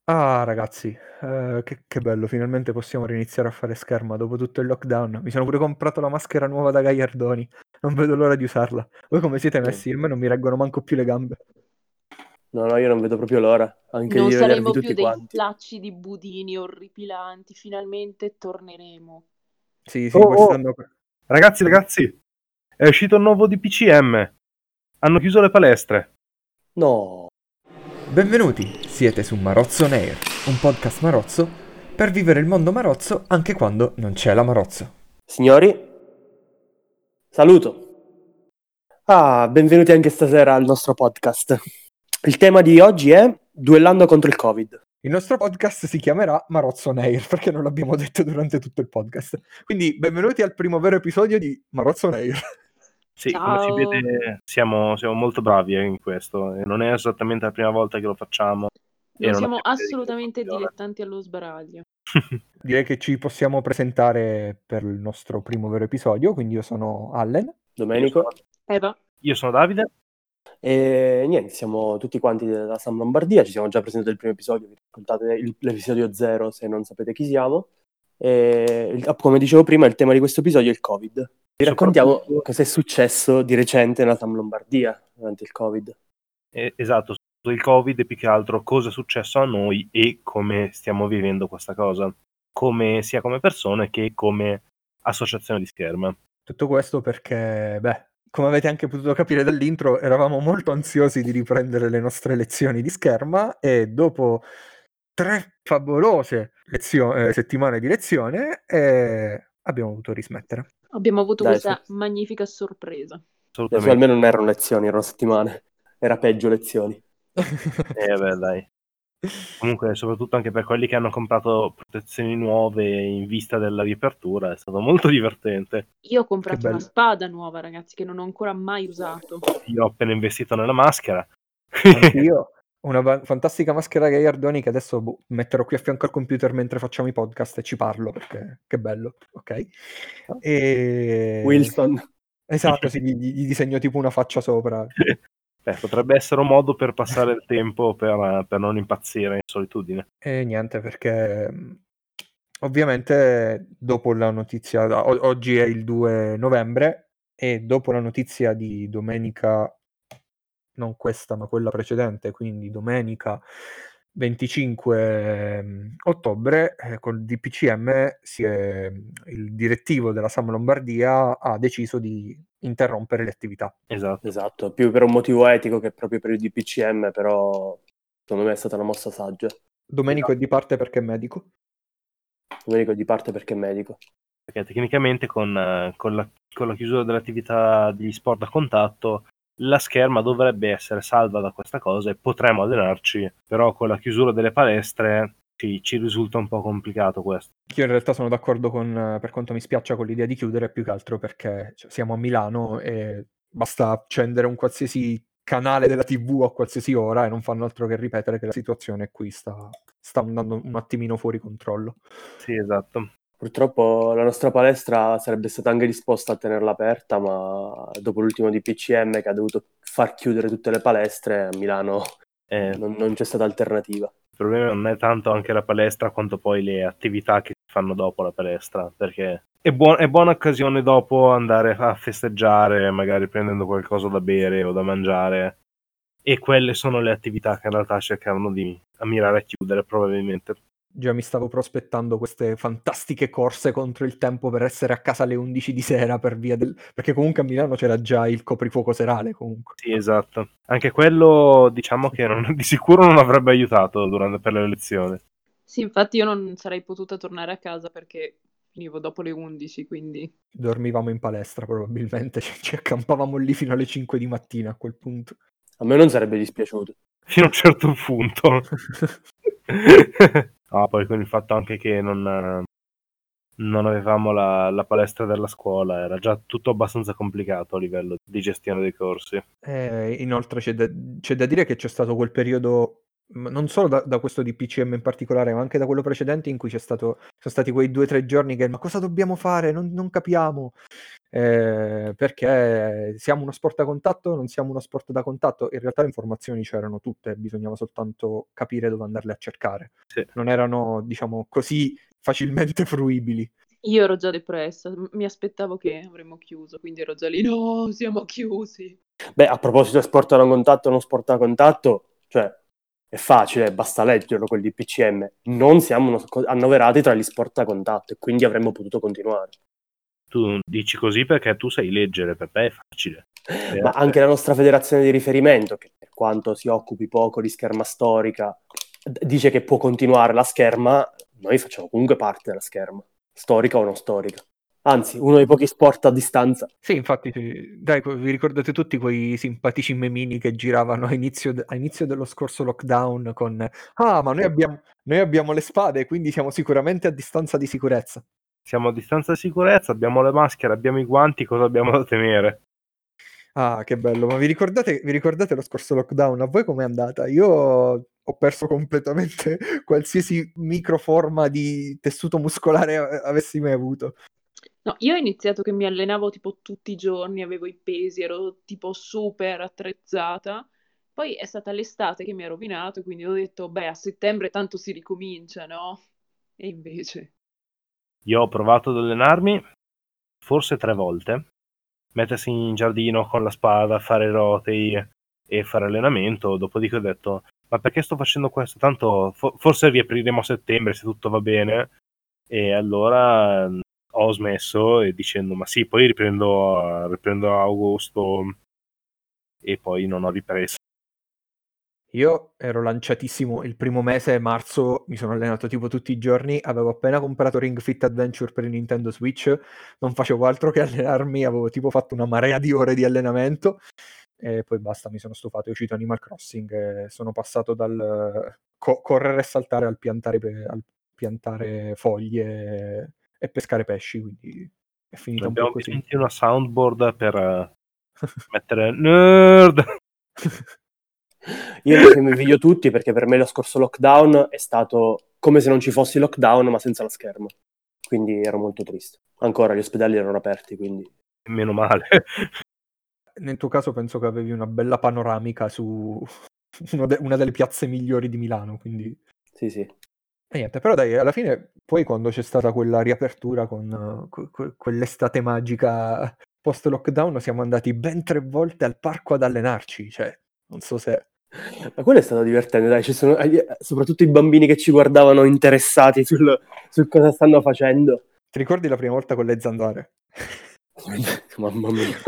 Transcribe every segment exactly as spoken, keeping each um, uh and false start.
Ah ragazzi, eh, che, che bello, finalmente possiamo riniziare a fare scherma dopo tutto il lockdown. Mi sono pure comprato la maschera nuova da Gagliardoni, non vedo l'ora di usarla. Voi come siete messi? A me non mi reggono manco più le gambe. No, no, io non vedo proprio l'ora, anche Non di vedervi saremo più tutti dei quanti. flacci di budini orripilanti, finalmente torneremo. Sì, Oh, sì, oh, quest'anno... ragazzi, ragazzi, è uscito un nuovo D P C M. Hanno chiuso le palestre. No, Benvenuti, siete su Marozzo on Air, un podcast marozzo per vivere il mondo marozzo anche quando non c'è la marozzo. signori, saluto. Ah, benvenuti anche stasera al nostro podcast. Il tema di oggi è Duellando contro il Covid. Il nostro podcast si chiamerà Marozzo on Air perché non l'abbiamo detto durante tutto il podcast. Quindi benvenuti al primo vero episodio di Marozzo on Air. Sì, Ciao. come si vede siamo, siamo molto bravi eh, in questo. E non è esattamente la prima volta che lo facciamo. e Non non siamo abbiamo idea di come assolutamente funziona. dilettanti allo sbaraglio. Direi che ci possiamo presentare per il nostro primo vero episodio, quindi io sono Allen. Domenico. Eva, Io sono Davide. E niente, siamo tutti quanti della Sam Lombardia, ci siamo già presentati nel primo episodio, vi raccontate il- l'episodio zero se non sapete chi siamo. E il- come dicevo prima, il tema di questo episodio è il Covid. Vi raccontiamo Soprattutto- cosa è successo di recente nella Sam Lombardia durante il Covid. eh, esatto, sul Covid e più che altro cosa è successo a noi e come stiamo vivendo questa cosa. Come, sia come persone che come associazione di scherma. Tutto questo perché, beh, come avete anche potuto capire dall'intro, eravamo molto ansiosi di riprendere le nostre lezioni di scherma e dopo tre favolose lezio- eh, settimane di lezione eh, abbiamo dovuto rismettere. abbiamo avuto Dai, questa su- magnifica sorpresa. Le sue Assolutamente. almeno non erano lezioni, erano settimane. Era peggio lezioni. Eh, beh, dai. Comunque, soprattutto anche per quelli che hanno comprato protezioni nuove in vista della riapertura, è stato molto divertente. Io ho comprato bello. una spada nuova, ragazzi, che non ho ancora mai usato. Io ho appena investito nella maschera. Anch'io. Una va- fantastica maschera Gagliardoni che adesso boh, metterò qui a fianco al computer mentre facciamo i podcast e ci parlo perché che bello, ok? E... Wilson. Esatto, sì, gli, gli disegno tipo una faccia sopra. Beh, potrebbe essere un modo per passare il tempo per, per non impazzire in solitudine. E niente, perché mh, ovviamente dopo la notizia, o- oggi è il due novembre e dopo la notizia di domenica, non questa ma quella precedente, quindi domenica venticinque mh, ottobre, eh, col D P C M si è, il direttivo della Sam Lombardia ha deciso di interrompere le attività. Esatto. Esatto, più per un motivo etico che proprio per il D P C M, però secondo me è stata una mossa saggia. Domenico è di parte perché è medico. Domenico è di parte perché è medico. Perché tecnicamente con, eh, con la, con la chiusura dell'attività di sport a contatto la scherma dovrebbe essere salva da questa cosa e potremo allenarci, però con la chiusura delle palestre ci, ci risulta un po' complicato questo. Io in realtà sono d'accordo con, eh, per quanto mi spiaccia con l'idea di chiudere, più che altro perché cioè, siamo a Milano e basta accendere un qualsiasi canale della tivù a qualsiasi ora e non fanno altro che ripetere che la situazione qui sta, sta andando un attimino fuori controllo. Sì, esatto. Purtroppo la nostra palestra sarebbe stata anche disposta a tenerla aperta, ma dopo l'ultimo D P C M che ha dovuto far chiudere tutte le palestre, a Milano Eh, non, non c'è stata alternativa. Il problema non è tanto anche la palestra quanto poi le attività che si fanno dopo la palestra, perché è, buon- è buona occasione dopo andare a festeggiare, magari prendendo qualcosa da bere o da mangiare, e quelle sono le attività che in realtà cercavano di ammirare a chiudere probabilmente. Già mi stavo prospettando queste fantastiche corse contro il tempo per essere a casa alle undici di sera per via del... perché comunque a Milano c'era già il coprifuoco serale comunque. Sì, esatto. Anche quello diciamo che non- di sicuro non avrebbe aiutato durante per le lezioni. Sì, infatti io non sarei potuta tornare a casa perché finivo dopo le undici, quindi... Dormivamo in palestra probabilmente, ci, ci accampavamo lì fino alle cinque di mattina a quel punto. A me non sarebbe dispiaciuto. Fino a un certo punto. Ah, poi con il fatto anche che non, non avevamo la, la palestra della scuola, era già tutto abbastanza complicato a livello di gestione dei corsi. Eh, inoltre c'è da, c'è da dire che c'è stato quel periodo, m- non solo da, da questo D P C M in particolare, ma anche da quello precedente in cui c'è stato, sono stati quei due o tre giorni che ma cosa dobbiamo fare? Non, non capiamo. eh, perché siamo uno sport a contatto, non siamo uno sport da contatto. In realtà le informazioni c'erano tutte, bisognava soltanto capire dove andarle a cercare. Sì. Non erano, diciamo, così facilmente fruibili. Io ero già depressa, m- mi aspettavo che avremmo chiuso, quindi ero già lì, no, siamo chiusi. Beh, a proposito di sport a non contatto o non sport a contatto, cioè è facile, basta leggerlo quel di P C M. Non siamo uno- annoverati tra gli sport a contatto e quindi avremmo potuto continuare. Tu dici così perché tu sai leggere, per te è facile. Per Ma anche la nostra federazione di riferimento, che per quanto si occupi poco di scherma storica, d- dice che può continuare la scherma, noi facciamo comunque parte della scherma, storica o non storica. Anzi, uno dei pochi sport a distanza. Sì, infatti, sì. Dai, que- vi ricordate tutti quei simpatici memini che giravano a inizio, de- a inizio dello scorso lockdown con ah, ma noi abbiamo, noi abbiamo le spade, quindi siamo sicuramente a distanza di sicurezza. Siamo a distanza di sicurezza, abbiamo le maschere, abbiamo i guanti, cosa abbiamo da temere? Ah, che bello, ma vi ricordate, vi ricordate lo scorso lockdown? A voi com'è andata? Io ho perso completamente qualsiasi microforma di tessuto muscolare a- avessi mai avuto. No, io ho iniziato che mi allenavo tipo tutti i giorni, avevo i pesi, ero tipo super attrezzata. Poi è stata l'estate che mi ha rovinato, quindi ho detto, beh, a settembre tanto si ricomincia, no? E invece... Io ho provato ad allenarmi forse tre volte, mettersi in giardino con la spada, fare rotei e fare allenamento, dopodiché ho detto, ma perché sto facendo questo? Tanto fo- forse riapriremo a settembre se tutto va bene, e allora mh, ho smesso e dicendo, ma sì, poi riprendo a, riprendo a agosto, e poi non ho ripreso. Io ero lanciatissimo il primo mese, marzo, mi sono allenato tipo tutti i giorni, avevo appena comprato Ring Fit Adventure per il Nintendo Switch, non facevo altro che allenarmi, avevo tipo fatto una marea di ore di allenamento e poi basta, mi sono stufato, è uscito Animal Crossing e sono passato dal co- correre e saltare al piantare, pe- al piantare foglie e pescare pesci, quindi è finita un po' Abbiamo così. bisogno di una soundboard per eh, mettere nerd. Io li film video tutti perché per me lo scorso lockdown è stato come se non ci fosse il lockdown ma senza la scherma. Quindi ero molto triste. Ancora gli ospedali erano aperti, quindi... Meno male. Nel tuo caso penso che avevi una bella panoramica su uno de- una delle piazze migliori di Milano, quindi... Sì, sì. E niente, però dai, alla fine, poi quando c'è stata quella riapertura con uh, que- que- quell'estate magica post-lockdown, siamo andati ben tre volte al parco ad allenarci, cioè, non so se... Ma quello è stato divertente, dai. Ci sono eh, soprattutto i bambini che ci guardavano interessati sul, sul cosa stanno facendo. Ti ricordi la prima volta con le zanzare? Mamma mia.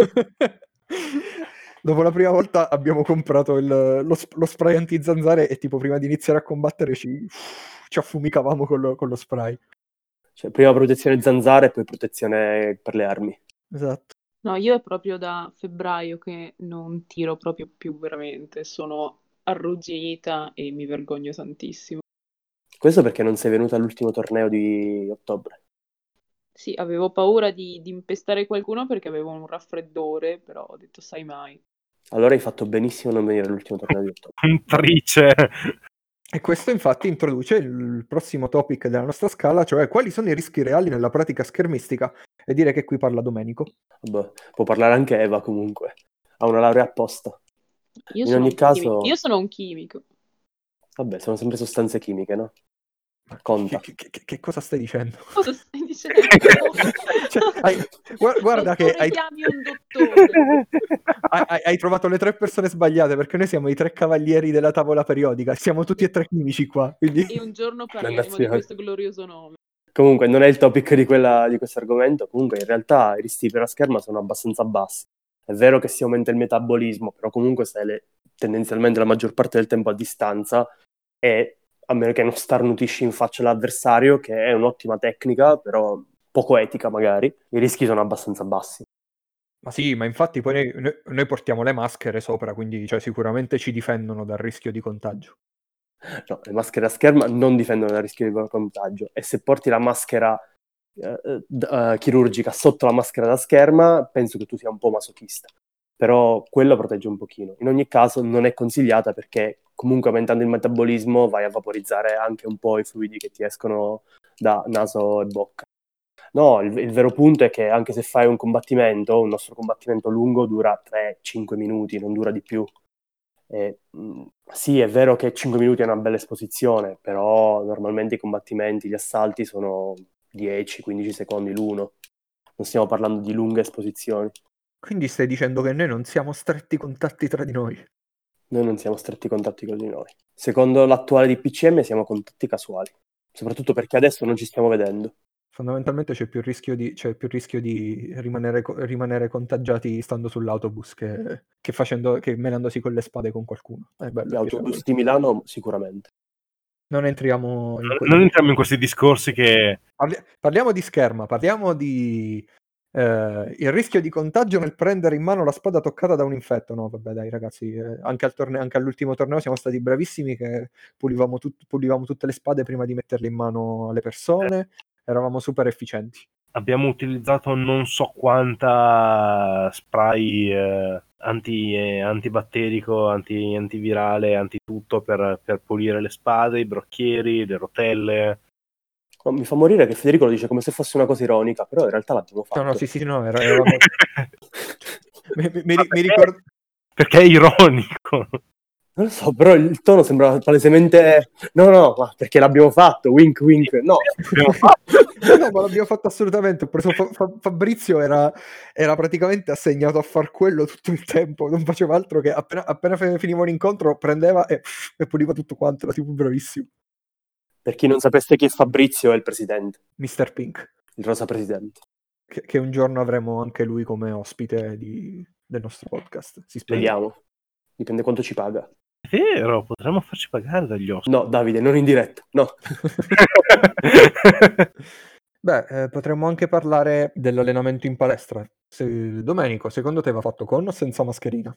Dopo la prima volta abbiamo comprato il- lo, sp- lo spray anti-zanzare e tipo prima di iniziare a combattere ci, ci affumicavamo con lo, con lo spray. Cioè, prima protezione zanzare e poi protezione per le armi. Esatto. No, io è proprio da febbraio che non tiro proprio più veramente, sono arrugginita e mi vergogno tantissimo. Questo perché non sei venuto all'ultimo torneo di ottobre. Sì, avevo paura di, di impestare qualcuno perché avevo un raffreddore, però ho detto sai mai. Allora hai fatto benissimo a non venire all'ultimo torneo di ottobre. Un trice. E questo infatti introduce il prossimo topic della nostra scala, cioè quali sono i rischi reali nella pratica schermistica. E dire che qui parla Domenico. Vabbè, può parlare anche Eva comunque. Ha una laurea apposta. Io In sono ogni un caso... chimico. Io sono un chimico. Vabbè, sono sempre sostanze chimiche, no? Ma Conta. Che, che- che- che cosa stai dicendo? Cosa stai dicendo? Cioè, hai- gu- guarda che Dottore, hai, chiami un dottore. hai- hai- hai trovato le tre persone sbagliate perché noi siamo i tre cavalieri della tavola periodica, siamo tutti e tre chimici qua, quindi... E un giorno parleremo di Dannazione. questo glorioso nome. Comunque, non è il topic di, quella, di questo argomento. Comunque, in realtà i rischi per la scherma sono abbastanza bassi. È vero che si aumenta il metabolismo, però comunque stai le- tendenzialmente la maggior parte del tempo a distanza e a meno che non starnutisci in faccia l'avversario, che è un'ottima tecnica, però poco etica magari, i rischi sono abbastanza bassi. Ma sì, ma infatti poi noi, noi- noi portiamo le maschere sopra, quindi cioè, sicuramente ci difendono dal rischio di contagio. No, le maschere a scherma non difendono dal rischio di contagio e se porti la maschera eh, d- eh, chirurgica sotto la maschera da scherma, penso che tu sia un po' masochista. Però quello protegge un pochino. In ogni caso non è consigliata perché comunque aumentando il metabolismo vai a vaporizzare anche un po' i fluidi che ti escono da naso e bocca. No, il, il vero punto è che anche se fai un combattimento, un nostro combattimento lungo dura tre cinque minuti, non dura di più. E, mh, sì, è vero che cinque minuti è una bella esposizione, però normalmente i combattimenti, gli assalti sono dieci quindici secondi l'uno. Non stiamo parlando di lunghe esposizioni. Quindi stai dicendo che noi non siamo stretti contatti tra di noi? Noi non siamo stretti contatti con di noi. Secondo l'attuale D P C M siamo contatti casuali, soprattutto perché adesso non ci stiamo vedendo. Fondamentalmente c'è più rischio di, c'è più rischio di rimanere, co- rimanere contagiati stando sull'autobus che, che, facendo, che menandosi con le spade con qualcuno. È bello, Gli autobus piacevole. di Milano sicuramente. Non entriamo in Non, quelli. non entriamo in questi discorsi che... Parli- parliamo di scherma, parliamo di eh, il rischio di contagio nel prendere in mano la spada toccata da un infetto. No, vabbè, dai, ragazzi, eh, anche, al torneo, anche all'ultimo torneo siamo stati bravissimi che pulivamo, tut- pulivamo tutte le spade prima di metterle in mano alle persone. Eravamo super efficienti. Abbiamo utilizzato non so quanta spray eh, anti, eh, antibatterico, anti, antivirale, antitutto per, per pulire le spade, i brocchieri, le rotelle. No, mi fa morire che Federico lo dice come se fosse una cosa ironica, però in realtà l'abbiamo fatto. No, no, sì, sì, no, era- eravamo... mi, mi- mi- Ma mi perché- ricordo... Perché è ironico. Non lo so, però il tono sembrava palesemente... No, no, ma perché l'abbiamo fatto, wink wink. No, Abbiamo fatto. No, ma l'abbiamo fatto assolutamente. Ho preso Fa- Fa- Fabrizio, era, era praticamente assegnato a far quello tutto il tempo, non faceva altro che appena, appena fe- finiva un incontro prendeva e, e puliva tutto quanto, era tipo bravissimo. per chi non sapesse chi è Fabrizio è il presidente, mister Pink, il rosa presidente. che, che un giorno avremo anche lui come ospite di- del nostro podcast. Si spera. Vediamo, dipende quanto ci paga. È vero, potremmo farci pagare dagli ospiti. No, Davide, non in diretta, no. Beh, eh, potremmo anche parlare dell'allenamento in palestra. Se- Domenico, secondo te va fatto con o senza mascherina?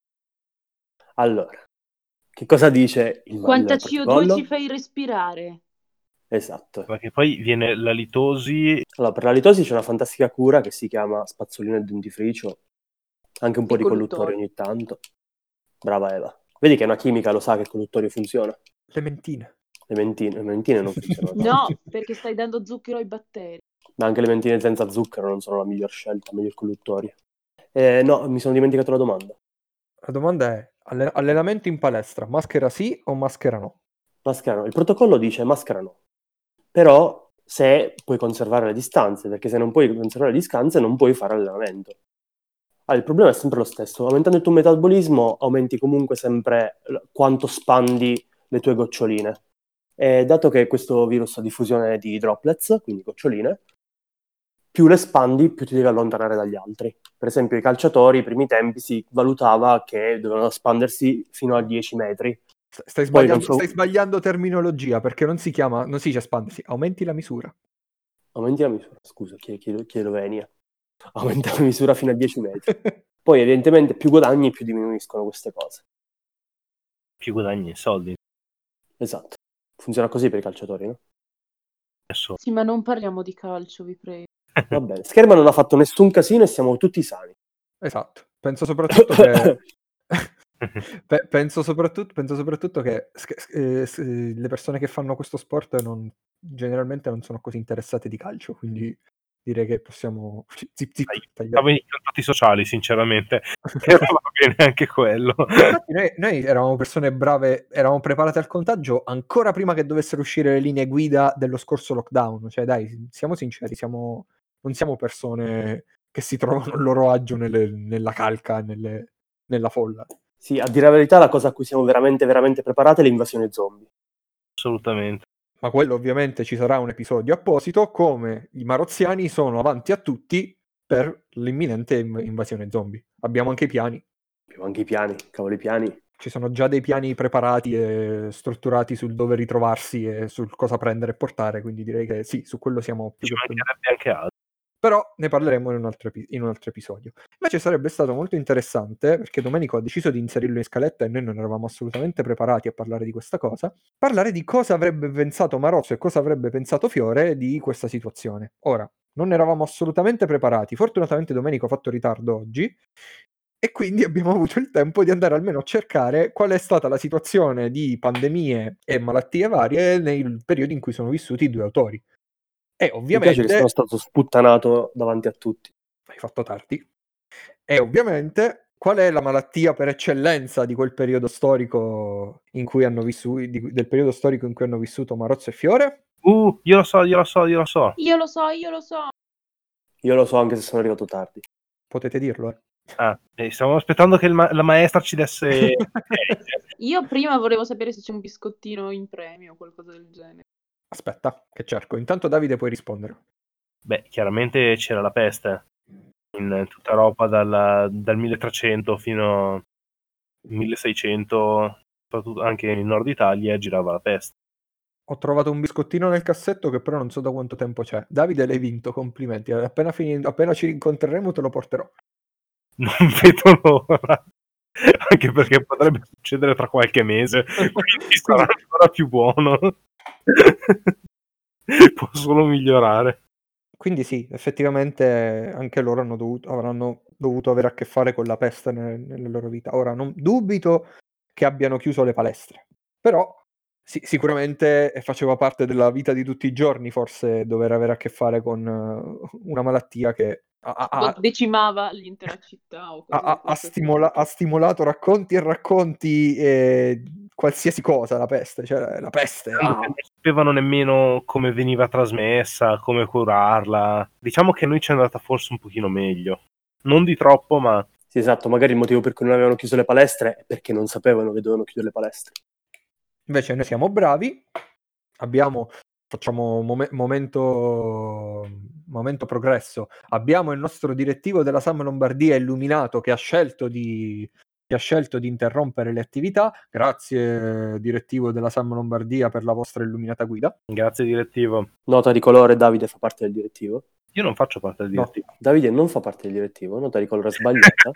Allora, che cosa dice il Quanta il C O due protocollo? ci fai respirare? Esatto. Perché poi viene la litosi. Allora, per la litosi c'è una fantastica cura che si chiama spazzolino e dentifricio, anche un po' E di colluttorio colluttorio. ogni tanto. Brava Eva. Vedi che è una chimica, lo sa che il colluttorio funziona. Le mentine. Le mentine, le mentine non funzionano. No, perché stai dando zucchero ai batteri. Ma anche le mentine senza zucchero non sono la miglior scelta, meglio il colluttorio. Eh, no, mi sono dimenticato la domanda. La domanda è, alle- allenamento in palestra, maschera sì o maschera no? Maschera no. Il protocollo dice maschera no. Però se puoi conservare le distanze, perché se non puoi conservare le distanze non puoi fare allenamento. Ah, il problema è sempre lo stesso. Aumentando il tuo metabolismo aumenti comunque sempre l- quanto spandi le tue goccioline. E dato che questo virus ha diffusione di droplets, quindi goccioline, più le spandi, più ti devi allontanare dagli altri. Per esempio, i calciatori, ai primi tempi, si valutava che dovevano espandersi fino a dieci metri. S- Stai Poi sbagliando, non so- stai sbagliando terminologia, perché non si chiama, non si dice espandersi, aumenti la misura. Aumenti la misura, scusa, chiedo, chiedo, chiedo venia. Aumenta la misura fino a dieci metri. Poi, evidentemente, più guadagni, più diminuiscono queste cose. Più guadagni soldi. Esatto. Funziona così per i calciatori, no? Adesso Sì, ma non parliamo di calcio, vi prego. Va bene. Scherma non ha fatto nessun casino e siamo tutti sani. Esatto. Penso soprattutto che... Pe- penso, soprattutto, penso soprattutto che sch- eh, s- eh, le persone che fanno questo sport non, generalmente non sono così interessate di calcio, quindi direi che possiamo... Zip, zip, Dai, tagliare. stavo in contatti sociali, sinceramente. Però va bene anche quello. Infatti noi, noi eravamo persone brave, eravamo preparate al contagio ancora prima che dovessero uscire le linee guida dello scorso lockdown. Cioè, dai, siamo sinceri, siamo, non siamo persone che si trovano a loro agio nelle- nella calca, nelle- nella folla. Sì, a dire la verità, la cosa a cui siamo veramente, veramente preparati è l'invasione zombie. Assolutamente. Ma quello ovviamente ci sarà un episodio apposito, come i marozziani sono avanti a tutti per l'imminente inv- invasione zombie. Abbiamo anche i piani. Abbiamo anche i piani, cavolo i piani. Ci sono già dei piani preparati e strutturati sul dove ritrovarsi e sul cosa prendere e portare, quindi direi che sì, su quello siamo più Ci che mancherebbe anche altro. però ne parleremo in un, altro epi- in un altro episodio. Invece sarebbe stato molto interessante, perché Domenico ha deciso di inserirlo in scaletta e noi non eravamo assolutamente preparati a parlare di questa cosa, parlare di cosa avrebbe pensato Marozzo e cosa avrebbe pensato Fiore di questa situazione. Ora, non eravamo assolutamente preparati, fortunatamente Domenico ha fatto ritardo oggi, e quindi abbiamo avuto il tempo di andare almeno a cercare qual è stata la situazione di pandemie e malattie varie nei periodi in cui sono vissuti i due autori. E Mi piace ovviamente... che sono stato sputtanato davanti a tutti. Hai fatto tardi. E ovviamente, qual è la malattia per eccellenza di quel periodo storico in cui hanno vissuto, del periodo storico in cui hanno vissuto Marozzo e Fiore? Uh, io lo so, io lo so, io lo so. Io lo so, io lo so. Io lo so anche se sono arrivato tardi. Potete dirlo, eh. Ah, eh, stavamo aspettando che il ma- la maestra ci desse... Io prima volevo sapere se c'è un biscottino in premio o qualcosa del genere. Aspetta, che cerco. Intanto Davide puoi rispondere. Beh, chiaramente c'era la peste in tutta Europa dal, dal milletrecento fino al milleseicento, soprattutto anche in Nord Italia girava la peste. Ho trovato un biscottino nel cassetto che però non so da quanto tempo c'è. Davide, l'hai vinto, complimenti. Appena, fin- appena ci incontreremo te lo porterò. Non vedo l'ora. Anche perché potrebbe succedere tra qualche mese, quindi sarà ancora più buono. Può solo migliorare. Quindi sì, effettivamente anche loro hanno dovuto, avranno dovuto avere a che fare con la peste nel- nella loro vita. Ora, non dubito che abbiano chiuso le palestre, però sì, sicuramente faceva parte della vita di tutti i giorni, forse dover avere a che fare con eh, una malattia che ha, ha- ha- Tipo, decimava l'intera città o ha- cose di ha- ha questo stimola- tipo. ha stimolato racconti e racconti e qualsiasi cosa, la peste, cioè la peste. Non ah. sapevano nemmeno come veniva trasmessa, come curarla. Diciamo che a noi ci è andata forse un pochino meglio. Non di troppo, ma Sì, esatto, magari il motivo per cui non avevano chiuso le palestre è perché non sapevano che dovevano chiudere le palestre. Invece noi siamo bravi, abbiamo, facciamo mom- momento, momento progresso, abbiamo il nostro direttivo della Sam Lombardia illuminato che ha scelto di, che ha scelto di interrompere le attività. Grazie direttivo della Sam Lombardia per la vostra illuminata guida. grazie direttivo. Nota di colore, Davide fa parte del direttivo. Io non faccio parte del No. direttivo. Davide non fa parte del direttivo, nota di colore sbagliata.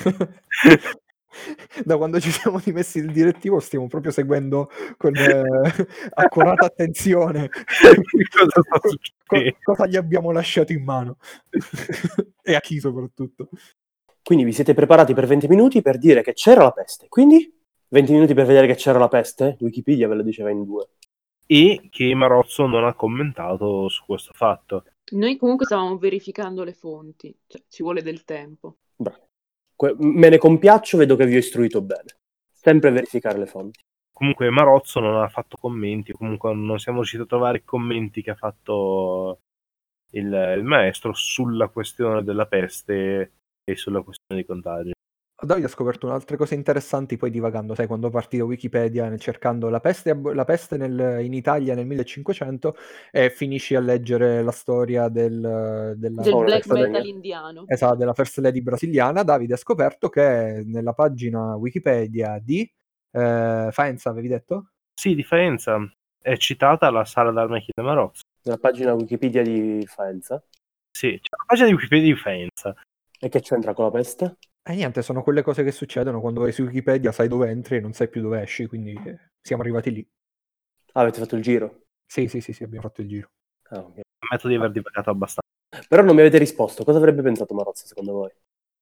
Da quando ci siamo dimessi il direttivo stiamo proprio seguendo con eh, accurata attenzione Cosa sta co- succedendo? cosa gli abbiamo lasciato in mano e a chi soprattutto. Quindi vi siete preparati per venti minuti per dire che c'era la peste. Quindi venti minuti per vedere che c'era la peste? Wikipedia ve lo diceva in due. E che Marozzo non ha commentato su questo fatto. Noi comunque stavamo verificando le fonti, cioè ci vuole del tempo. Bravo. Que- me ne compiaccio, vedo che vi ho istruito bene. Sempre verificare le fonti. Comunque Marozzo non ha fatto commenti, comunque non siamo riusciti a trovare i commenti che ha fatto il, il maestro sulla questione della peste e sulla questione dei contagi. Davide ha scoperto altre cose interessanti poi divagando, sai, quando parti da Wikipedia cercando la peste, la peste nel, in Italia nel millecinquecento e finisci a leggere la storia del, della, Del Solo black testa metal degna. indiano. esatto, della First Lady brasiliana. Davide ha scoperto che nella pagina Wikipedia di eh, Faenza, avevi detto? Sì, di Faenza è citata la sala d'armamenti di Marozzo. Nella pagina Wikipedia di Faenza. Sì, c'è la pagina di Wikipedia di Faenza. E che c'entra con la peste? E niente, sono quelle cose che succedono quando vai su Wikipedia, sai dove entri e non sai più dove esci, quindi eh, siamo arrivati lì. Ah, avete fatto il giro? Sì, sì, sì, sì, abbiamo fatto il giro. Ah, ok. Ammetto di aver divagato abbastanza. Però non mi avete risposto. Cosa avrebbe pensato Marozzo, secondo voi?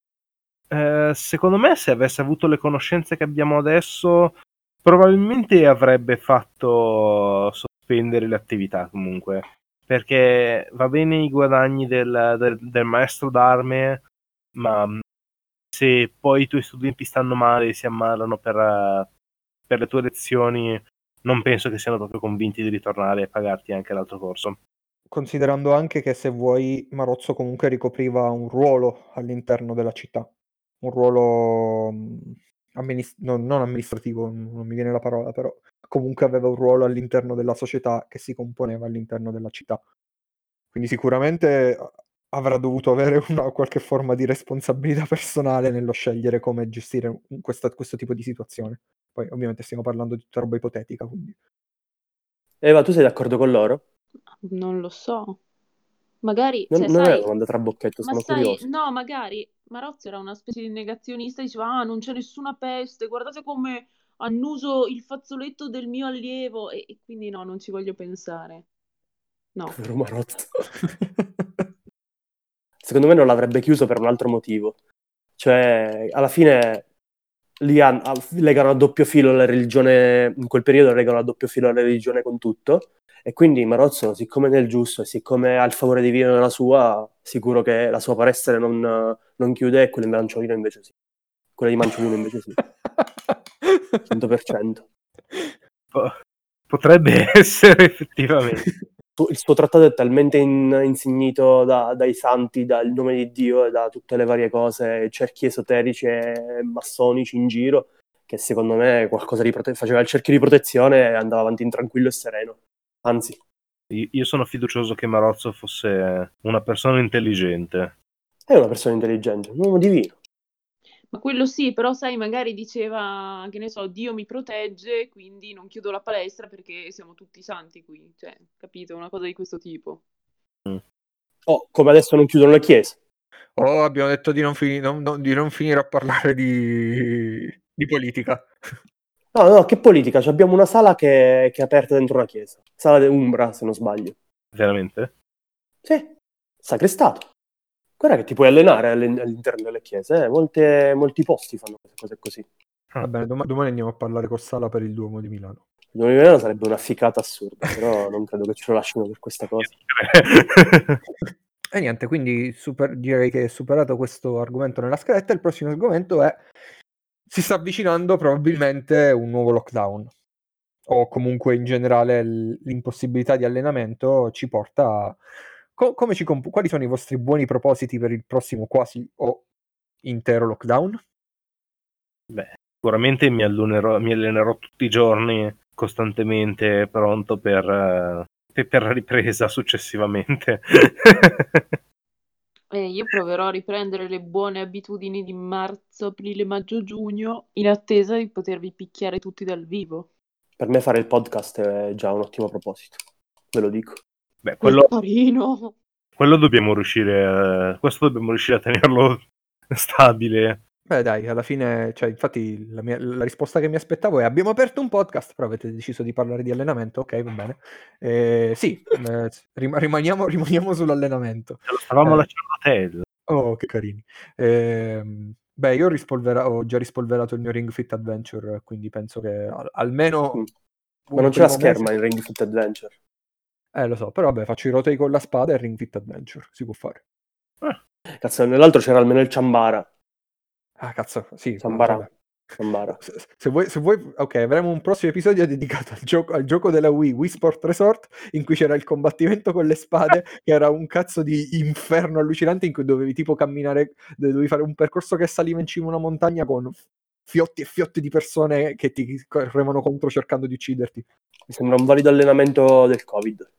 Eh, secondo me, se avesse avuto le conoscenze che abbiamo adesso, probabilmente avrebbe fatto sospendere le attività comunque. Perché va bene i guadagni del, del, del maestro d'arme, ma se poi i tuoi studenti stanno male e si ammalano per, per le tue lezioni, non penso che siano proprio convinti di ritornare e pagarti anche l'altro corso. Considerando anche che, se vuoi, Marozzo comunque ricopriva un ruolo all'interno della città, un ruolo mh, amminis- no, non amministrativo, non mi viene la parola, però comunque aveva un ruolo all'interno della società che si componeva all'interno della città. Quindi sicuramente a- avrà dovuto avere una qualche forma di responsabilità personale nello scegliere come gestire un- questa- questo tipo di situazione. Poi ovviamente stiamo parlando di tutta roba ipotetica, quindi... Eva, tu sei d'accordo con loro? Non lo so. Magari, Non, cioè, non è una sai, domanda trabocchetto, ma sono sai, curioso. no, magari Marozzo era una specie di negazionista, diceva, ah, non c'è nessuna peste, guardate come annuso il fazzoletto del mio allievo, e, e quindi no, non ci voglio pensare. No. Povero Marozzo. Secondo me non l'avrebbe chiuso per un altro motivo. Cioè, alla fine lì han- a- legano a doppio filo la religione, in quel periodo legano a doppio filo la religione con tutto, e quindi Marozzo, siccome è nel giusto e siccome ha il favore divino nella sua, sicuro che la sua palestra non, non chiude, e quella di Manciolino invece sì. Quella di Manciolino invece sì. cento per cento. Po- Potrebbe essere effettivamente. Il suo trattato è talmente in- insignito da- dai santi, dal nome di Dio e da tutte le varie cose, cerchi esoterici e massonici in giro, che secondo me qualcosa di prote- faceva il cerchio di protezione e andava avanti in tranquillo e sereno. Anzi, Io io sono fiducioso che Marozzo fosse una persona intelligente. è una persona intelligente, un uomo divino. Ma quello sì, però sai, magari diceva, che ne so, Dio mi protegge, quindi non chiudo la palestra perché siamo tutti santi qui. Cioè, capito? Una cosa di questo tipo. Oh, come adesso non chiudono le chiese. Oh, abbiamo detto di non, fini- non- non- di non finire a parlare di, di politica. No, no, che politica? Cioè, abbiamo una sala che, che è aperta dentro una chiesa. Sala de Umbra, se non sbaglio. Veramente? Sì, sacrestato. Guarda che ti puoi allenare all- all'interno delle chiese, eh. Molte- molti posti fanno queste cose così. Va bene, dom- domani andiamo a parlare con Sala per il Duomo di Milano. Il Duomo di Milano sarebbe una ficata assurda, però non credo che ce lo lasciano per questa cosa. E niente, quindi super- direi che superato questo argomento nella scaletta, il prossimo argomento è: si sta avvicinando probabilmente un nuovo lockdown, o comunque in generale l- l'impossibilità di allenamento ci porta a... co- come ci comp- quali sono i vostri buoni propositi per il prossimo quasi o intero lockdown? Beh, sicuramente mi allenerò, mi allenerò tutti i giorni, costantemente, pronto per, eh, per per la ripresa successivamente. E io proverò a riprendere le buone abitudini di marzo, aprile, maggio, giugno, in attesa di potervi picchiare tutti dal vivo. Per me fare il podcast è già un ottimo proposito, ve lo dico. Beh, quello, Carino! quello dobbiamo riuscire, a- questo dobbiamo riuscire a tenerlo stabile. Beh dai, alla fine, cioè, infatti la, mia- la risposta che mi aspettavo è: abbiamo aperto un podcast, però avete deciso di parlare di allenamento, ok, va bene. Eh, sì, eh, rim- rimaniamo, rimaniamo sull'allenamento. Ce lo stavamo Eh, lasciando a te. Oh, che carini. Ehm, beh, io ho, rispolvera- ho già rispolverato il mio Ring Fit Adventure, quindi penso che al- almeno Mm. un Ma non c'è la primo scherma mese- in Ring Fit Adventure. Eh, lo so, però vabbè, faccio i rotei con la spada e Ring Fit Adventure, si può fare. Cazzo, nell'altro c'era almeno il Ciambara. Ah, cazzo, sì, ma Ciambara. vabbè. Ciambara. Se, se vuoi, se vuoi, ok, avremo un prossimo episodio dedicato al gioco, al gioco della Wii, Wii Sport Resort, in cui c'era il combattimento con le spade, che era un cazzo di inferno allucinante, in cui dovevi tipo camminare, dovevi fare un percorso che saliva in cima a una montagna con fiotti e fiotti di persone che ti correvano contro cercando di ucciderti. Mi sembra un valido allenamento del Covid.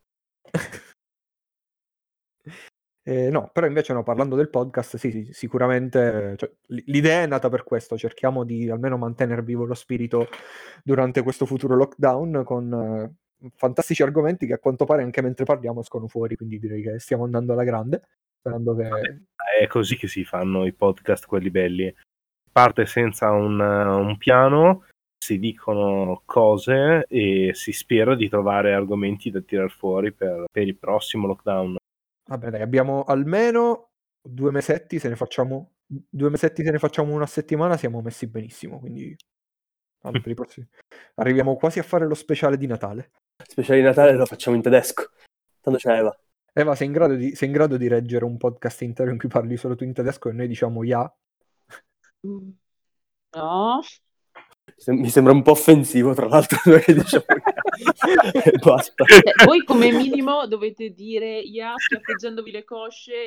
Eh, no, però invece no, parlando del podcast, sì, sì, sicuramente, cioè, l- l'idea è nata per questo, cerchiamo di almeno mantenere vivo lo spirito durante questo futuro lockdown con eh, fantastici argomenti che a quanto pare anche mentre parliamo escono fuori, quindi direi che stiamo andando alla grande, sperando che... È così che si fanno i podcast, quelli belli. Parte senza un, un piano, si dicono cose e si spera di trovare argomenti da tirar fuori per, per il prossimo lockdown. Vabbè dai, abbiamo almeno due mesetti, se ne facciamo due mesetti, se ne facciamo una a settimana, siamo messi benissimo, quindi vabbè, per i prossimi... arriviamo quasi a fare lo speciale di Natale. Speciale di Natale lo facciamo in tedesco. Tanto c'è Eva. Eva, sei in grado di, sei in grado di reggere un podcast intero in cui parli solo tu in tedesco e noi diciamo ya? Mm, No, Mi sembra un po' offensivo, tra l'altro, che diciamo e basta. Cioè, voi come minimo dovete dire ya schiaffeggiandovi le cosce.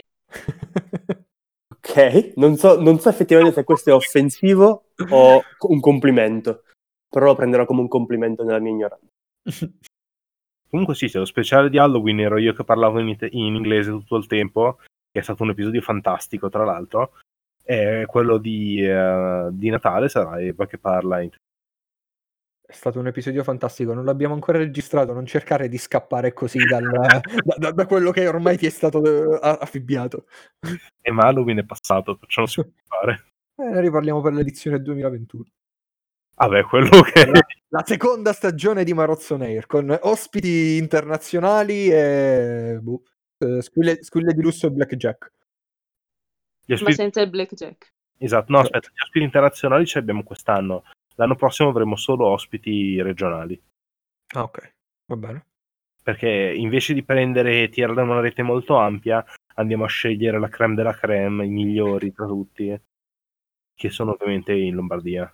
Ok, non so, non so effettivamente se questo è offensivo o un complimento, però lo prenderò come un complimento nella mia ignoranza. Comunque sì, c'è lo speciale di Halloween, ero io che parlavo in, ite- in inglese tutto il tempo, che è stato un episodio fantastico tra l'altro, e quello di, eh, di Natale sarà Eva che parla in È stato un episodio fantastico, non l'abbiamo ancora registrato, non cercare di scappare così dal, da, da- da quello che ormai ti è stato eh, affibbiato. e ma Halloween è passato, perciò non si può fare. Eh, ne riparliamo per l'edizione duemilaventuno. Vabbè, quello che... La, la seconda stagione di Marozzo Nair, con ospiti internazionali e boh, eh, squille, squille di lusso e blackjack. Gli Ma ospiti, senza il blackjack. Esatto, no, aspetta, gli ospiti internazionali ce li abbiamo quest'anno. L'anno prossimo avremo solo ospiti regionali. Ah, ok, va bene. Perché invece di prendere e tirare da una rete molto ampia, andiamo a scegliere la creme della creme, i migliori tra tutti, che sono ovviamente in Lombardia.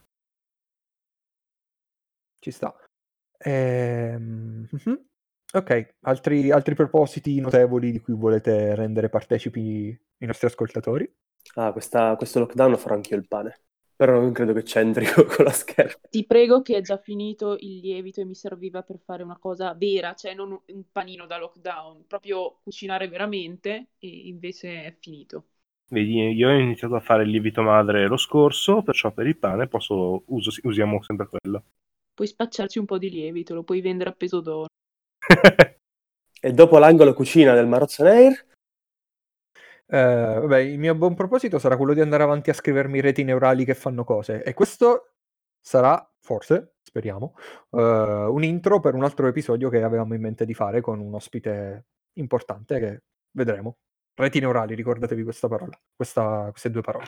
Ci sta. Ehm, mhm. Ok, altri, altri propositi notevoli di cui volete rendere partecipi i nostri ascoltatori? Ah, questa- questo lockdown farò anch'io il pane. Però non credo che c'entri con con la scherma. Ti prego che è già finito il lievito e mi serviva per fare una cosa vera, cioè non un- un panino da lockdown, proprio cucinare veramente e invece è finito. Vedi, io ho iniziato a fare il lievito madre lo scorso, perciò per il pane posso, uso- usiamo sempre quello. Puoi spacciarci un po' di lievito, lo puoi vendere a peso d'oro. E dopo l'angolo cucina del Marozzo Air, Eh, vabbè, il mio buon proposito sarà quello di andare avanti a scrivermi reti neurali che fanno cose. E questo sarà, forse, speriamo, eh, un intro per un altro episodio che avevamo in mente di fare con un ospite importante che vedremo. Reti neurali, ricordatevi questa parola, questa- queste due parole.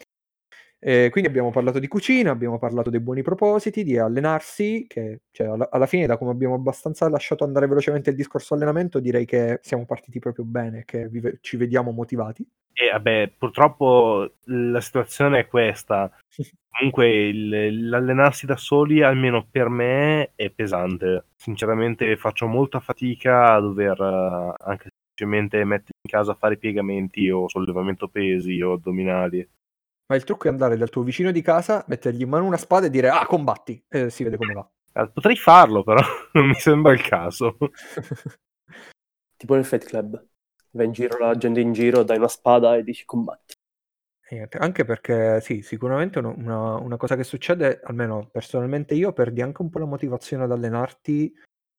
E quindi abbiamo parlato di cucina, abbiamo parlato dei buoni propositi, di allenarsi, che cioè, alla, alla fine, da come abbiamo abbastanza lasciato andare velocemente il discorso allenamento, direi che siamo partiti proprio bene, che vi- ci vediamo motivati. E vabbè, purtroppo la situazione è questa. Comunque il- l'allenarsi da soli, almeno per me, è pesante. Sinceramente faccio molta fatica a dover eh, anche semplicemente mettere in casa a fare piegamenti o sollevamento pesi o addominali. Ma il trucco è andare dal tuo vicino di casa, mettergli in mano una spada e dire ah, combatti! E si vede come va. Eh, Potrei farlo, però non mi sembra il caso. tipo nel Fight Club. Va in giro la gente in giro, dai una spada e dici combatti. E niente, anche perché sì, sicuramente uno- una, una cosa che succede, almeno personalmente io, perdi anche un po' la motivazione ad allenarti,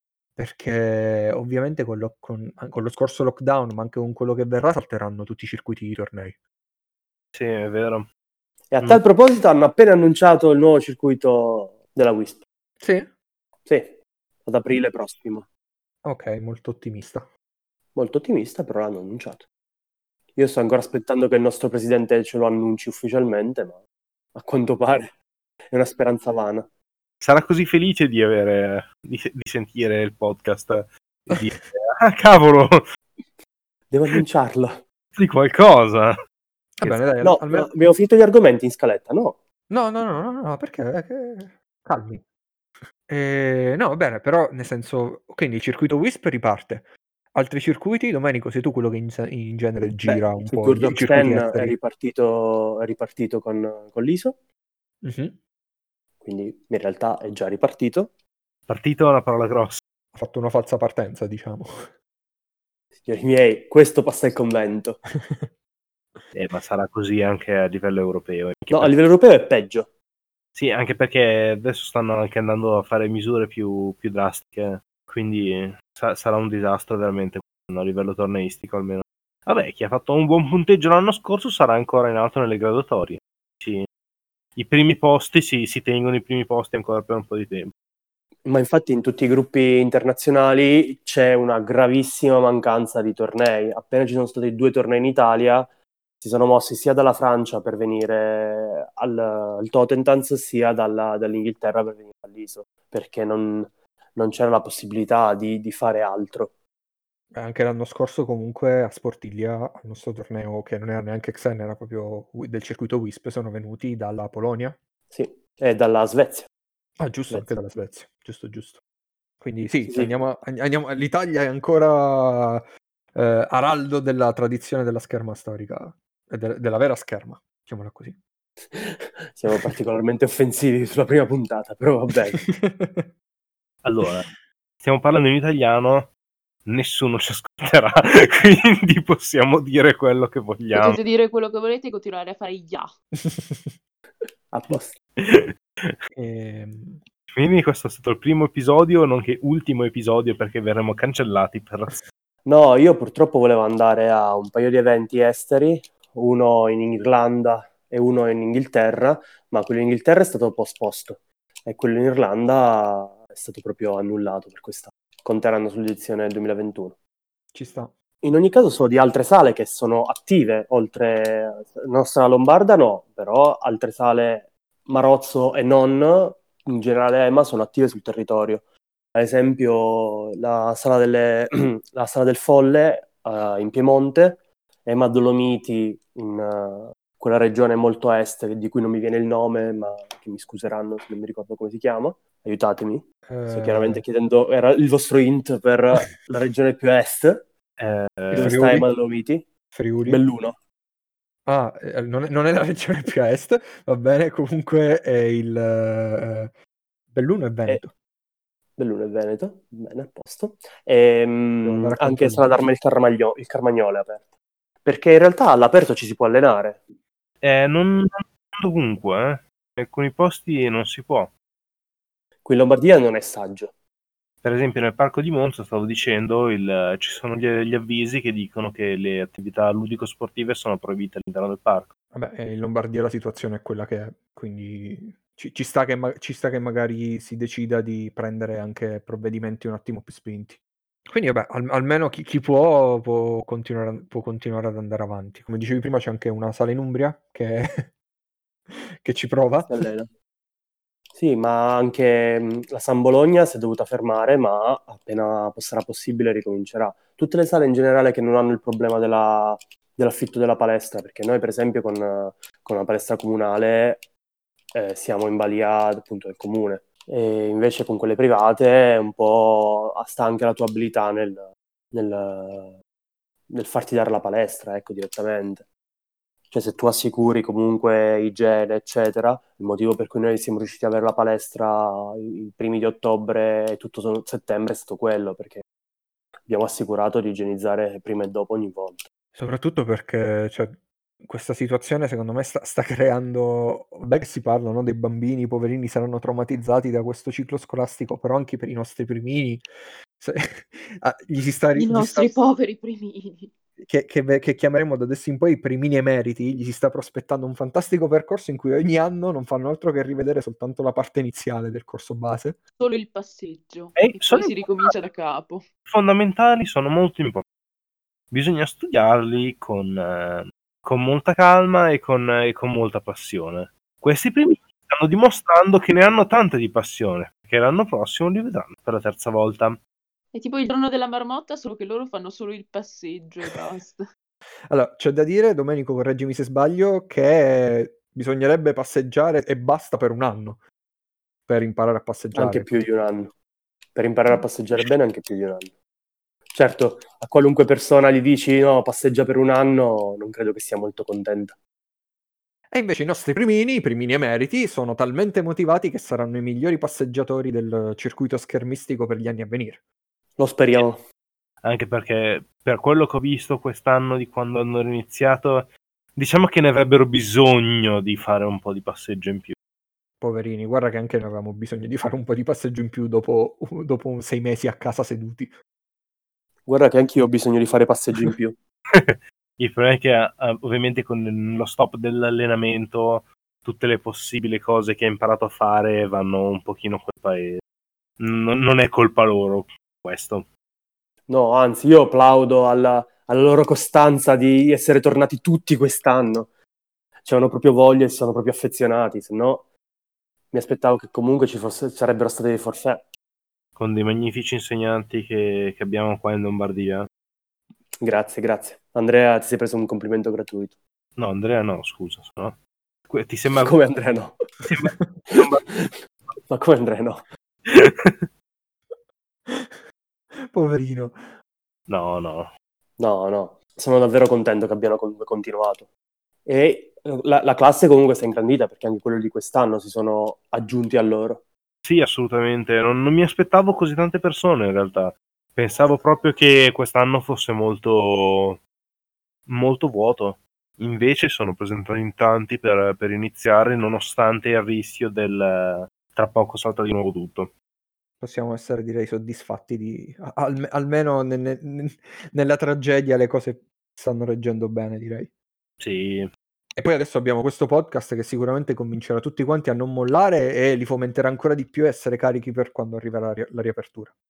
perché ovviamente con lo, con- con lo scorso lockdown, ma anche con quello che verrà, salteranno tutti i circuiti di tornei. Sì, è vero. E a Mm. tal proposito hanno appena annunciato il nuovo circuito della Wisp. Sì? Sì, ad aprile prossimo. Ok, molto ottimista. Molto ottimista, però l'hanno annunciato. Io sto ancora aspettando che il nostro presidente ce lo annunci ufficialmente, ma a quanto pare è una speranza vana. Sarà così felice di avere di, di sentire il podcast e dire ah cavolo, Devo annunciarlo. di qualcosa. Va bene, dai, al- No, almeno... no, abbiamo finito gli argomenti in scaletta, no? No, no, no, no, no, perché? Che- Calmi. Eh, no, va bene, però nel senso, quindi il circuito Wisp riparte. Altri circuiti, Domenico, sei tu quello che in, in genere gira Beh, un il po' Tour i of circuiti Ten è esteri. ripartito, è ripartito con, con l'I S O, Mhm. quindi in realtà è già ripartito. Partito è una parola grossa. Ha fatto una falsa partenza, diciamo. Signori miei, questo passa il convento. Eh, ma sarà così anche a livello europeo. Anche No, a perché- livello europeo è peggio. Sì, anche perché adesso stanno anche andando a fare misure più, più drastiche, quindi sa- sarà un disastro veramente a livello torneistico almeno. Vabbè, chi ha fatto un buon punteggio l'anno scorso sarà ancora in alto nelle graduatorie. Sì. I primi posti si, si tengono i primi posti ancora per un po' di tempo. Ma infatti in tutti i gruppi internazionali c'è una gravissima mancanza di tornei. Appena ci sono stati due tornei in Italia, si sono mossi sia dalla Francia per venire al, al Totentans, sia dalla- dall'Inghilterra per venire all'I S O, perché non, non c'era la possibilità di, di fare altro. Eh, Anche l'anno scorso comunque a Sportiglia, al nostro torneo che non era neanche Xen, era proprio wi- del circuito Wisp, sono venuti dalla Polonia. Sì, e dalla Svezia. Ah, giusto, anche Svezia. dalla Svezia. Giusto, giusto. Quindi sì, Sì, sì. andiamo, andiamo- l'Italia è ancora eh, araldo della tradizione della scherma storica, e de- della vera scherma, diciamola così. Siamo particolarmente offensivi sulla prima puntata, però va bene. Allora, stiamo parlando in italiano, nessuno ci ascolterà, quindi possiamo dire quello che vogliamo. Potete dire quello che volete e continuare a fare ya. A posto. Ehm, Quindi questo è stato il primo episodio, nonché ultimo episodio perché verremo cancellati per... No, io purtroppo volevo andare a un paio di eventi esteri, uno in Irlanda e uno in Inghilterra, ma quello in Inghilterra è stato posposto e quello in Irlanda è stato proprio annullato per quest'anno, conteranno sull'edizione del duemilaventuno. Ci sta. In ogni caso so di altre sale che sono attive, oltre nostra Lombarda no, però altre sale Marozzo e non, in generale EMA, sono attive sul territorio. Ad esempio la sala, delle, la sala del Folle uh, in Piemonte, EMA Dolomiti in uh, quella regione molto est di cui non mi viene il nome, ma che mi scuseranno se non mi ricordo come si chiama, aiutatemi. Eh... Sto chiaramente chiedendo, era il vostro hint per la regione più est. Eh, Dove sta EMA Dolomiti? Friuli. Belluno. Ah, eh, non, è, non è la regione più a est, va bene, comunque è il... Eh, Belluno è Veneto. E... Belluno è Veneto, bene, a posto. E, mh, anche Sala d'Arma il, Carmagno, il Carmagnolo è aperto. Perché in realtà all'aperto ci si può allenare. Eh, non, non dovunque, eh. In alcuni posti non si può. Qui in Lombardia non è saggio. Per esempio nel parco di Monza, stavo dicendo, il, ci sono gli, gli avvisi che dicono che le attività ludico-sportive sono proibite all'interno del parco. Vabbè, in Lombardia la situazione è quella che è, quindi ci, ci, sta che ma- ci sta che magari si decida di prendere anche provvedimenti un attimo più spinti. Quindi vabbè, al- almeno chi, chi può, può, continuare, può continuare ad andare avanti. Come dicevi prima, c'è anche una sala in Umbria che, che ci prova. Sì, ma anche mh, la San Bologna si è dovuta fermare, ma appena sarà possibile ricomincerà. Tutte le sale in generale che non hanno il problema della, dell'affitto della palestra, perché noi per esempio con, con la palestra comunale eh, siamo in balia appunto del comune, e invece con quelle private un po' sta anche la tua abilità nel, nel, nel farti dare la palestra, ecco, direttamente. Cioè se tu assicuri comunque igiene, eccetera, il motivo per cui noi siamo riusciti ad avere la palestra i primi di ottobre e tutto settembre è stato quello, perché abbiamo assicurato di igienizzare prima e dopo ogni volta. Soprattutto perché cioè, questa situazione secondo me sta, sta creando, beh che si parla, no, dei bambini, i poverini saranno traumatizzati da questo ciclo scolastico, però anche per i nostri primini, se, ah, gli si sta... I gli nostri sta... poveri primini. Che, che, che chiameremo da adesso in poi i primini emeriti, gli si sta prospettando un fantastico percorso in cui ogni anno non fanno altro che rivedere soltanto la parte iniziale del corso base. Solo il passeggio, e e poi si ricomincia da capo. Fondamentali, sono molto importanti. Bisogna studiarli con, eh, con molta calma e con, e con molta passione. Questi primi stanno dimostrando che ne hanno tanta di passione, perché l'anno prossimo li vedranno per la terza volta. È tipo il giorno della marmotta, solo che loro fanno solo il passeggio e basta. Allora, c'è da dire, Domenico, correggimi se sbaglio, che bisognerebbe passeggiare e basta per un anno per imparare a passeggiare. Anche più di un anno. Per imparare a passeggiare bene anche più di un anno. Certo, a qualunque persona gli dici no, passeggia per un anno, non credo che sia molto contenta. E invece i nostri primini, i primini emeriti, sono talmente motivati che saranno i migliori passeggiatori del circuito schermistico per gli anni a venire. Lo speriamo. Anche perché per quello che ho visto quest'anno di quando hanno iniziato, diciamo che ne avrebbero bisogno di fare un po' di passeggio in più. Poverini, guarda che anche noi avevamo bisogno di fare un po' di passeggio in più dopo, dopo un sei mesi a casa seduti. Guarda che anch'io ho bisogno di fare passeggi in più. Il problema è che ovviamente con lo stop dell'allenamento tutte le possibili cose che hai imparato a fare vanno un pochino a quel paese. Non, non è colpa loro questo. No, anzi, io applaudo alla, alla loro costanza di essere tornati tutti quest'anno. C'erano proprio voglia e si sono proprio affezionati, se no mi aspettavo che comunque ci fosse, sarebbero stati dei forfait. Con dei magnifici insegnanti che, che abbiamo qua in Lombardia. Grazie, grazie. Andrea, ti sei preso un complimento gratuito. No, Andrea no, scusa. No? Ti sembra... Come Andrea no? Ti sembra... Ma come Andrea no? Poverino. No, no. No, no. Sono davvero contento che abbiano comunque continuato. E la, la classe comunque si è ingrandita perché anche quelli di quest'anno si sono aggiunti a loro. Sì, assolutamente. Non, non mi aspettavo così tante persone in realtà. Pensavo proprio che quest'anno fosse molto molto vuoto. Invece sono presentati in tanti per, per iniziare, nonostante il rischio del tra poco salta di nuovo tutto. Possiamo essere, direi, soddisfatti di al, almeno ne, ne, nella tragedia le cose stanno reggendo bene, direi. Sì. E poi adesso abbiamo questo podcast che sicuramente convincerà tutti quanti a non mollare e li fomenterà ancora di più a essere carichi per quando arriverà la, ri- la riapertura.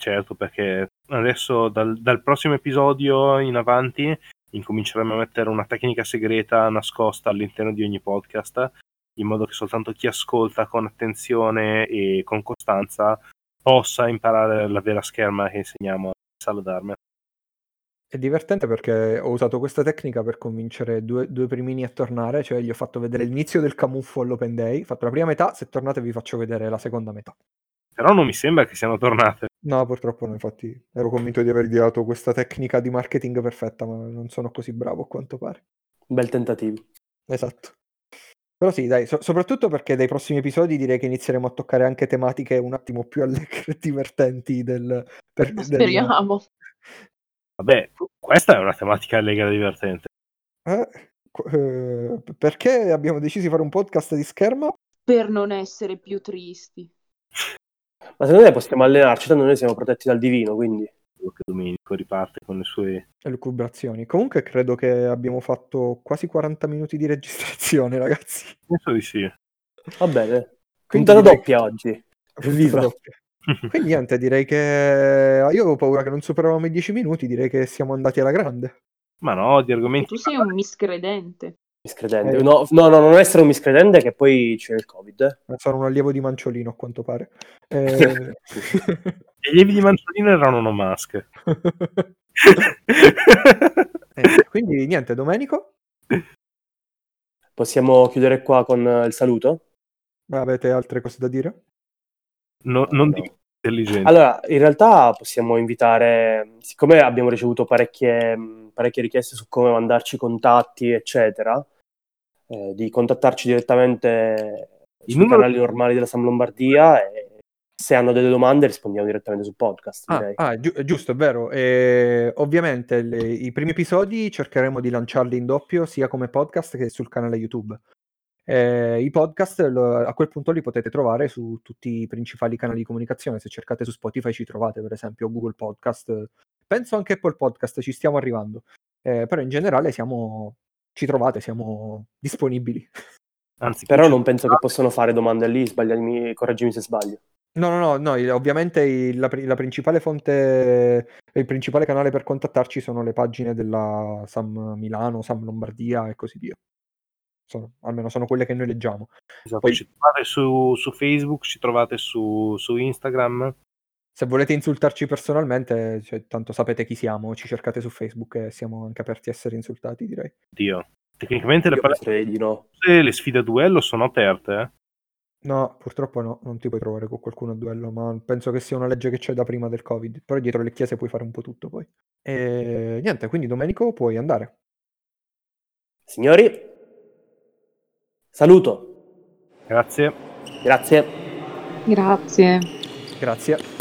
certo, perché adesso dal, dal prossimo episodio in avanti incominceremo a mettere una tecnica segreta nascosta all'interno di ogni podcast, in modo che soltanto chi ascolta con attenzione e con costanza possa imparare la vera scherma che insegniamo a Sala d'Arme. È divertente perché ho usato questa tecnica per convincere due, due primini a tornare, cioè gli ho fatto vedere l'inizio del camuffo all'Open Day, ho fatto la prima metà, se tornate vi faccio vedere la seconda metà. Però non mi sembra che siano tornate. No, purtroppo no, infatti ero convinto di avergli dato questa tecnica di marketing perfetta, ma non sono così bravo a quanto pare. Bel tentativo. Esatto. Però sì, dai, so- soprattutto perché dai prossimi episodi direi che inizieremo a toccare anche tematiche un attimo più allegre e divertenti del... Per, Ma del... speriamo. Vabbè, questa è una tematica allegra e divertente. Eh, qu- eh, perché abbiamo deciso di fare un podcast di scherma? Per non essere più tristi. Ma secondo me possiamo allenarci, tanto noi siamo protetti dal divino, quindi... Che Domenico riparte con le sue... Elucubrazioni. Comunque credo che abbiamo fatto quasi quaranta minuti di registrazione, ragazzi. Penso di sì. Va bene. Quindi Puntata direi- doppia oggi. Puntata Viva. doppia. Quindi niente, direi che io avevo paura che non superavamo i dieci minuti, direi che siamo andati alla grande. Ma no, di E argomenti... tu sei un miscredente. Miscredente. Eh. No, no, no, non essere un miscredente che poi c'è il Covid. Eh. Sono un allievo di Manciolino, a quanto pare. Eh... Gli allievi di Manciolino erano no mask. eh, quindi niente, Domenico? Possiamo chiudere qua con eh, il saluto? Avete altre cose da dire? No, non No. di intelligenti. Allora, in realtà possiamo invitare, siccome abbiamo ricevuto parecchie, mh, parecchie richieste su come mandarci contatti, eccetera, eh, di contattarci direttamente Il sui numero- canali normali della Sam Lombardia e se hanno delle domande rispondiamo direttamente sul podcast, Ah, direi. ah, giu- giusto, è vero. E ovviamente le- i primi episodi cercheremo di lanciarli in doppio sia come podcast che sul canale YouTube. Eh, I podcast lo- a quel punto li potete trovare su tutti i principali canali di comunicazione. Se cercate su Spotify ci trovate, per esempio, Google Podcast. Penso anche Apple Podcast, ci stiamo arrivando. Eh, però in generale siamo, ci trovate, siamo disponibili. Anzi, Però chi non ci- penso che possono fare domande lì, sbagliami, correggimi se sbaglio. No, no, no, no, il- ovviamente il- la, pri- la principale fonte, il principale canale per contattarci sono le pagine della Sam Milano, Sam Lombardia e così via. Sono- almeno sono quelle che noi leggiamo. Esatto, Poi- ci trovate su, su Facebook, ci trovate su, su Instagram. Se volete insultarci personalmente, cioè, tanto sapete chi siamo, ci cercate su Facebook e siamo anche aperti a essere insultati, direi. Dio. Tecnicamente le, Io pal- penserei di no. le sfide a duello sono aperte, eh? No, purtroppo no, non ti puoi trovare con qualcuno a duello, ma penso che sia una legge che c'è da prima del Covid. Però dietro le chiese puoi fare un po' tutto poi. E niente, quindi Domenico puoi andare. Signori, saluto. Grazie. Grazie. Grazie. Grazie.